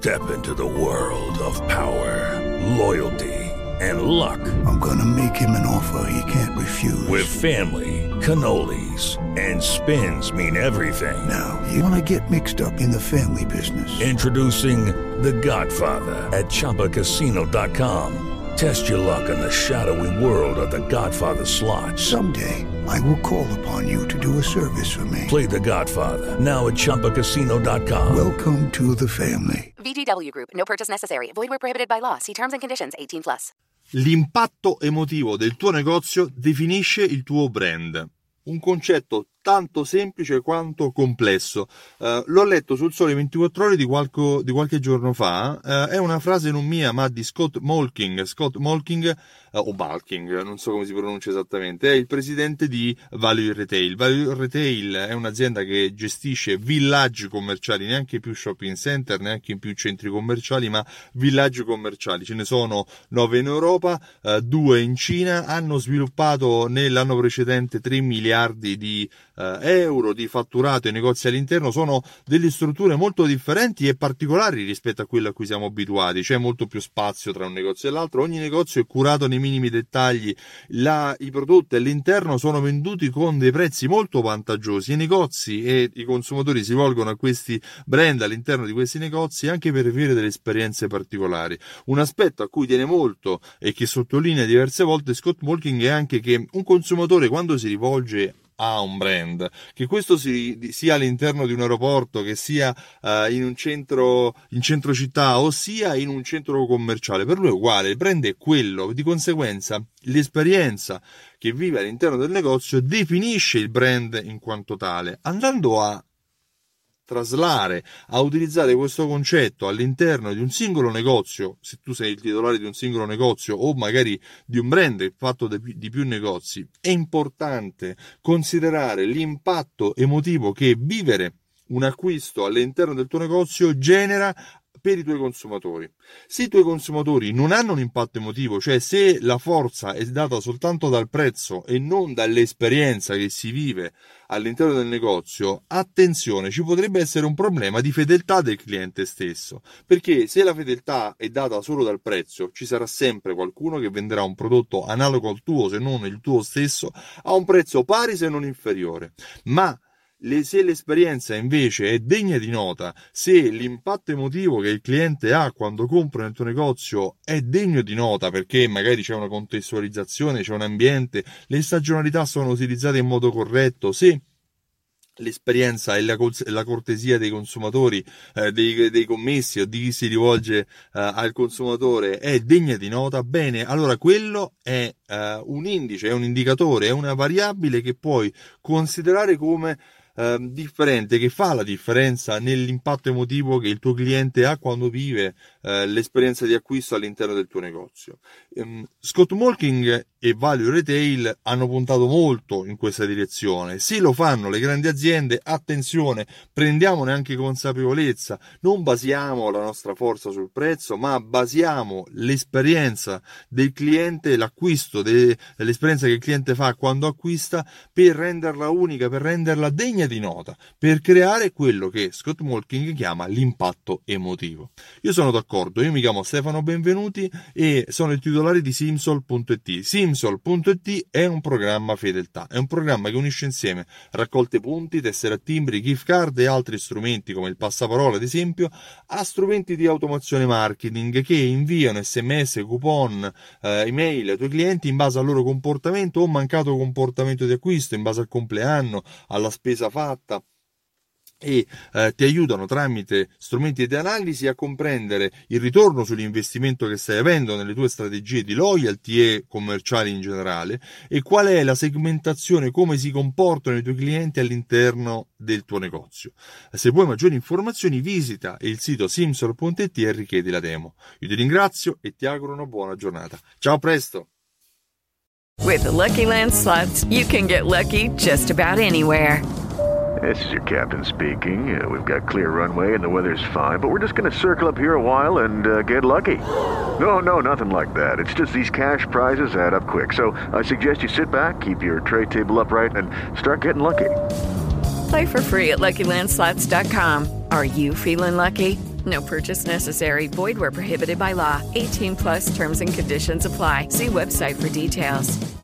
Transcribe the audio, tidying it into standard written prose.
Step into the world of power, loyalty, and luck. I'm gonna make him an offer he can't refuse. With family, cannolis, and spins mean everything. Now, you wanna get mixed up in the family business. Introducing The Godfather at ChumbaCasino.com. Test your luck in the shadowy world of The Godfather slot. Someday, I will call upon you to do a service for me. Play The Godfather, now at ChumbaCasino.com. Welcome to the family. VGW Group. No purchase necessary. Void where prohibited by law. See terms and conditions. 18+. L'impatto emotivo del tuo negozio definisce il tuo brand. Un concetto tanto semplice quanto complesso. L'ho letto sul Sole 24 Ore di qualche giorno fa. È una frase non mia, ma di Scott Molking, o Balking, non so come si pronuncia esattamente. È il presidente di Value Retail. Value Retail è un'azienda che gestisce villaggi commerciali, neanche più shopping center, neanche più centri commerciali, ma villaggi commerciali. Ce ne sono 9 in Europa, 2 in Cina. Hanno sviluppato nell'anno precedente 3 miliardi di euro di fatturato e negozi all'interno. Sono delle strutture molto differenti e particolari rispetto a quelle a cui siamo abituati. C'è molto più spazio tra un negozio e l'altro, ogni negozio è curato nei minimi dettagli, i prodotti all'interno sono venduti con dei prezzi molto vantaggiosi. I negozi e i consumatori si rivolgono a questi brand all'interno di questi negozi anche per avere delle esperienze particolari. Un aspetto a cui tiene molto e che sottolinea diverse volte Scott Molking è anche che un consumatore, quando si rivolge a un brand, che questo sia all'interno di un aeroporto, che sia in centro città o sia in un centro commerciale, per lui è uguale, il brand è quello, di conseguenza l'esperienza che vive all'interno del negozio definisce il brand in quanto tale. Andando a traslare, a utilizzare questo concetto all'interno di un singolo negozio, se tu sei il titolare di un singolo negozio o magari di un brand fatto di più negozi, è importante considerare l'impatto emotivo che vivere un acquisto all'interno del tuo negozio genera per i tuoi consumatori. Se i tuoi consumatori non hanno un impatto emotivo, cioè se la forza è data soltanto dal prezzo e non dall'esperienza che si vive all'interno del negozio, attenzione, ci potrebbe essere un problema di fedeltà del cliente stesso, perché se la fedeltà è data solo dal prezzo, ci sarà sempre qualcuno che venderà un prodotto analogo al tuo, se non il tuo stesso, a un prezzo pari se non inferiore. Ma se l'esperienza invece è degna di nota, se l'impatto emotivo che il cliente ha quando compra nel tuo negozio è degno di nota, perché magari c'è una contestualizzazione, c'è un ambiente, le stagionalità sono utilizzate in modo corretto, se l'esperienza e la cortesia dei consumatori, dei commessi o di chi si rivolge al consumatore è degna di nota, bene, allora quello è un indice, è un indicatore, è una variabile che puoi considerare come differente, che fa la differenza nell'impatto emotivo che il tuo cliente ha quando vive l'esperienza di acquisto all'interno del tuo negozio. Scott Molking e Value Retail hanno puntato molto in questa direzione. Se lo fanno le grandi aziende, attenzione, prendiamone anche consapevolezza, non basiamo la nostra forza sul prezzo, ma basiamo l'esperienza del cliente, l'acquisto, l'esperienza che il cliente fa quando acquista, per renderla unica, per renderla degna di nota, per creare quello che Scott Molking chiama l'impatto emotivo. Io sono d'accordo, io mi chiamo Stefano Benvenuti e sono il titolare di Simsol.it. Simsol.it è un programma fedeltà, è un programma che unisce insieme raccolte punti, tessere a timbri, gift card e altri strumenti come il passaparola ad esempio, a strumenti di automazione marketing che inviano SMS, coupon, email ai tuoi clienti in base al loro comportamento o mancato comportamento di acquisto, in base al compleanno, alla spesa fatta, e ti aiutano tramite strumenti di analisi a comprendere il ritorno sull'investimento che stai avendo nelle tue strategie di loyalty e commerciali in generale, e qual è la segmentazione, come si comportano i tuoi clienti all'interno del tuo negozio. Se vuoi maggiori informazioni visita il sito simsol.it e richiedi la demo. Io ti ringrazio e ti auguro una buona giornata. Ciao, a presto! With the Lucky Land Slots, you can get lucky just about anywhere. This is your captain speaking. We've got clear runway and the weather's fine, but we're just going to circle up here a while and get lucky. No, nothing like that. It's just these cash prizes add up quick. So I suggest you sit back, keep your tray table upright, and start getting lucky. Play for free at LuckyLandSlots.com. Are you feeling lucky? No purchase necessary. Void where prohibited by law. 18+ terms and conditions apply. See website for details.